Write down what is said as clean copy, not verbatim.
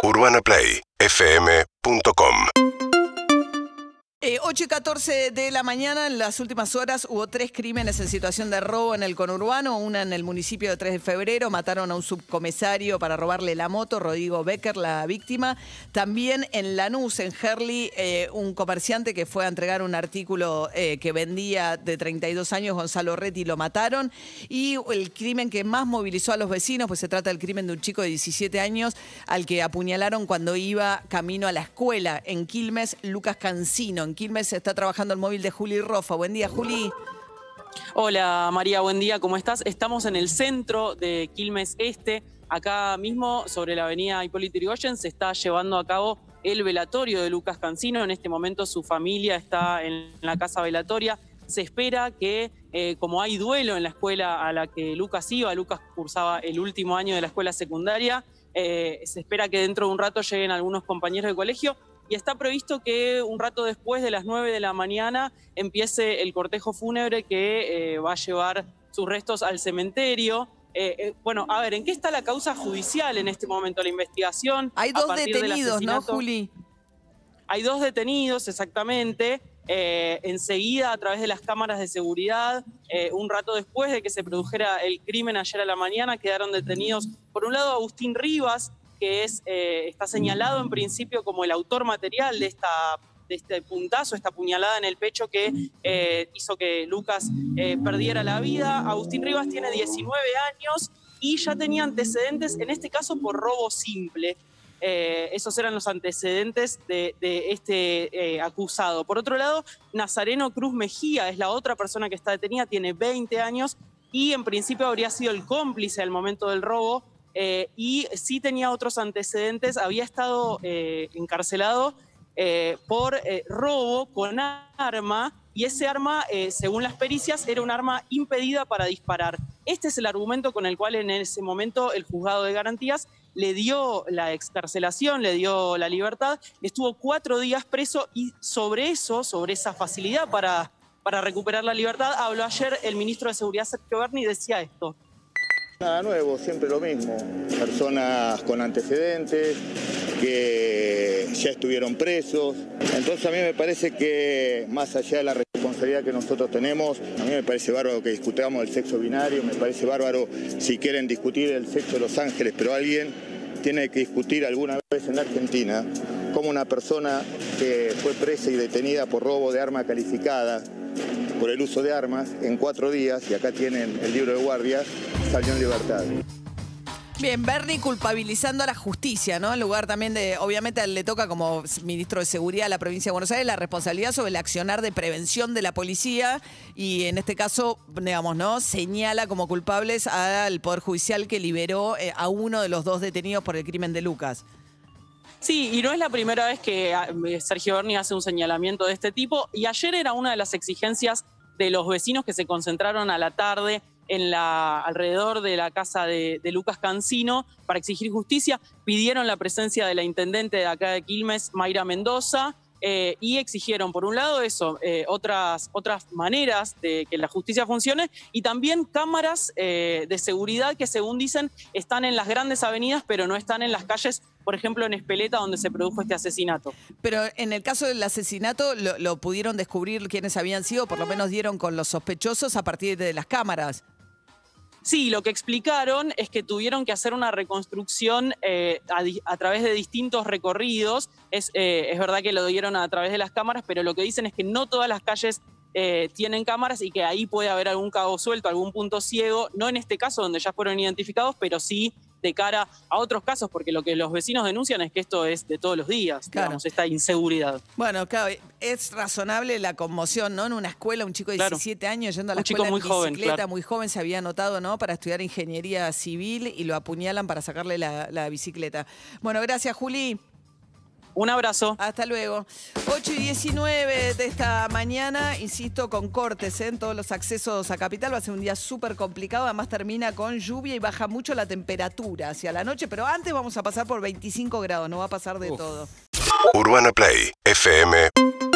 UrbanaPlayFM.com 8:14 de la mañana, en las últimas horas hubo 3 crímenes en situación de robo en el conurbano, una en el municipio de 3 de febrero, mataron a un subcomisario para robarle la moto, Rodrigo Becker, la víctima. También en Lanús, en Herli, un comerciante que fue a entregar un artículo que vendía de 32 años, Gonzalo Retti, lo mataron. Y el crimen que más movilizó a los vecinos, pues se trata del crimen de un chico de 17 años al que apuñalaron cuando iba camino a la escuela en Quilmes, Lucas Cancino. En Quilmes está trabajando el móvil de Juli Rofa. Buen día, Juli. Hola María, buen día, ¿cómo estás? Estamos en el centro de Quilmes Este, acá mismo sobre la avenida Hipólito Yrigoyen se está llevando a cabo el velatorio de Lucas Cancino. En este momento su familia está en la casa velatoria. Se espera que, como hay duelo en la escuela a la que Lucas iba, Lucas cursaba el último año de la escuela secundaria, se espera que dentro de un rato lleguen algunos compañeros de colegio. Y está previsto que un rato después de las 9 de la mañana empiece el cortejo fúnebre que va a llevar sus restos al cementerio. Bueno, a ver, ¿en qué está la causa judicial en este momento? La investigación. Hay 2 detenidos, ¿no, Juli? Hay 2 detenidos, exactamente. Enseguida, a través de las cámaras de seguridad, un rato después de que se produjera el crimen ayer a la mañana, quedaron detenidos, por un lado, Agustín Rivas, que está señalado en principio como el autor material de este puntazo, esta puñalada en el pecho que hizo que Lucas perdiera la vida. Agustín Rivas tiene 19 años y ya tenía antecedentes, en este caso por robo simple. Esos eran los antecedentes de este acusado. Por otro lado, Nazareno Cruz Mejía es la otra persona que está detenida, tiene 20 años y en principio habría sido el cómplice al momento del robo. Y sí tenía otros antecedentes, había estado encarcelado por robo con arma, y ese arma, según las pericias, era un arma impedida para disparar. Este es el argumento con el cual en ese momento el juzgado de garantías le dio la excarcelación, le dio la libertad, estuvo 4 días preso y sobre eso, sobre esa facilidad para recuperar la libertad, habló ayer el ministro de Seguridad, Sergio Berni, y decía esto. Nada nuevo, siempre lo mismo. Personas con antecedentes que ya estuvieron presos. Entonces a mí me parece que más allá de la responsabilidad que nosotros tenemos, a mí me parece bárbaro que discutamos el sexo binario, me parece bárbaro si quieren discutir el sexo de los ángeles, pero alguien tiene que discutir alguna vez en la Argentina cómo una persona que fue presa y detenida por robo de arma calificada, por el uso de armas, en 4 días, y acá tienen el libro de guardia, salió en libertad. Bien, Berni culpabilizando a la justicia, ¿no? En lugar también de, obviamente a él le toca como ministro de Seguridad de la provincia de Buenos Aires la responsabilidad sobre el accionar de prevención de la policía y en este caso, digamos, ¿no? Señala como culpables al Poder Judicial que liberó a uno de los 2 detenidos por el crimen de Lucas. Sí, y no es la primera vez que Sergio Berni hace un señalamiento de este tipo, y ayer era una de las exigencias de los vecinos que se concentraron a la tarde alrededor de la casa de Lucas Cancino para exigir justicia. Pidieron la presencia de la intendente de acá de Quilmes, Mayra Mendoza, y exigieron, por un lado, eso, otras maneras de que la justicia funcione y también cámaras de seguridad que, según dicen, están en las grandes avenidas, pero no están en las calles, por ejemplo, en Espeleta, donde se produjo este asesinato. Pero en el caso del asesinato, lo pudieron descubrir quiénes habían sido, por lo menos dieron con los sospechosos a partir de las cámaras. Sí, lo que explicaron es que tuvieron que hacer una reconstrucción a través de distintos recorridos. Es verdad que lo dieron a través de las cámaras, pero lo que dicen es que no todas las calles tienen cámaras y que ahí puede haber algún cabo suelto, algún punto ciego. No en este caso donde ya fueron identificados, pero sí de cara a otros casos, porque lo que los vecinos denuncian es que esto es de todos los días, claro, digamos, esta inseguridad. Bueno, claro, es razonable la conmoción, ¿no? En una escuela, un chico de 17 años yendo a la escuela en bicicleta, muy joven, se había anotado, ¿no? Para estudiar ingeniería civil y lo apuñalan para sacarle la bicicleta. Bueno, gracias, Juli. Un abrazo. Hasta luego. 8:19 de esta mañana, insisto, con cortes en todos los accesos a Capital. Va a ser un día súper complicado. Además termina con lluvia y baja mucho la temperatura hacia la noche. Pero antes vamos a pasar por 25 grados. No va a pasar de todo. UrbanaPlayFM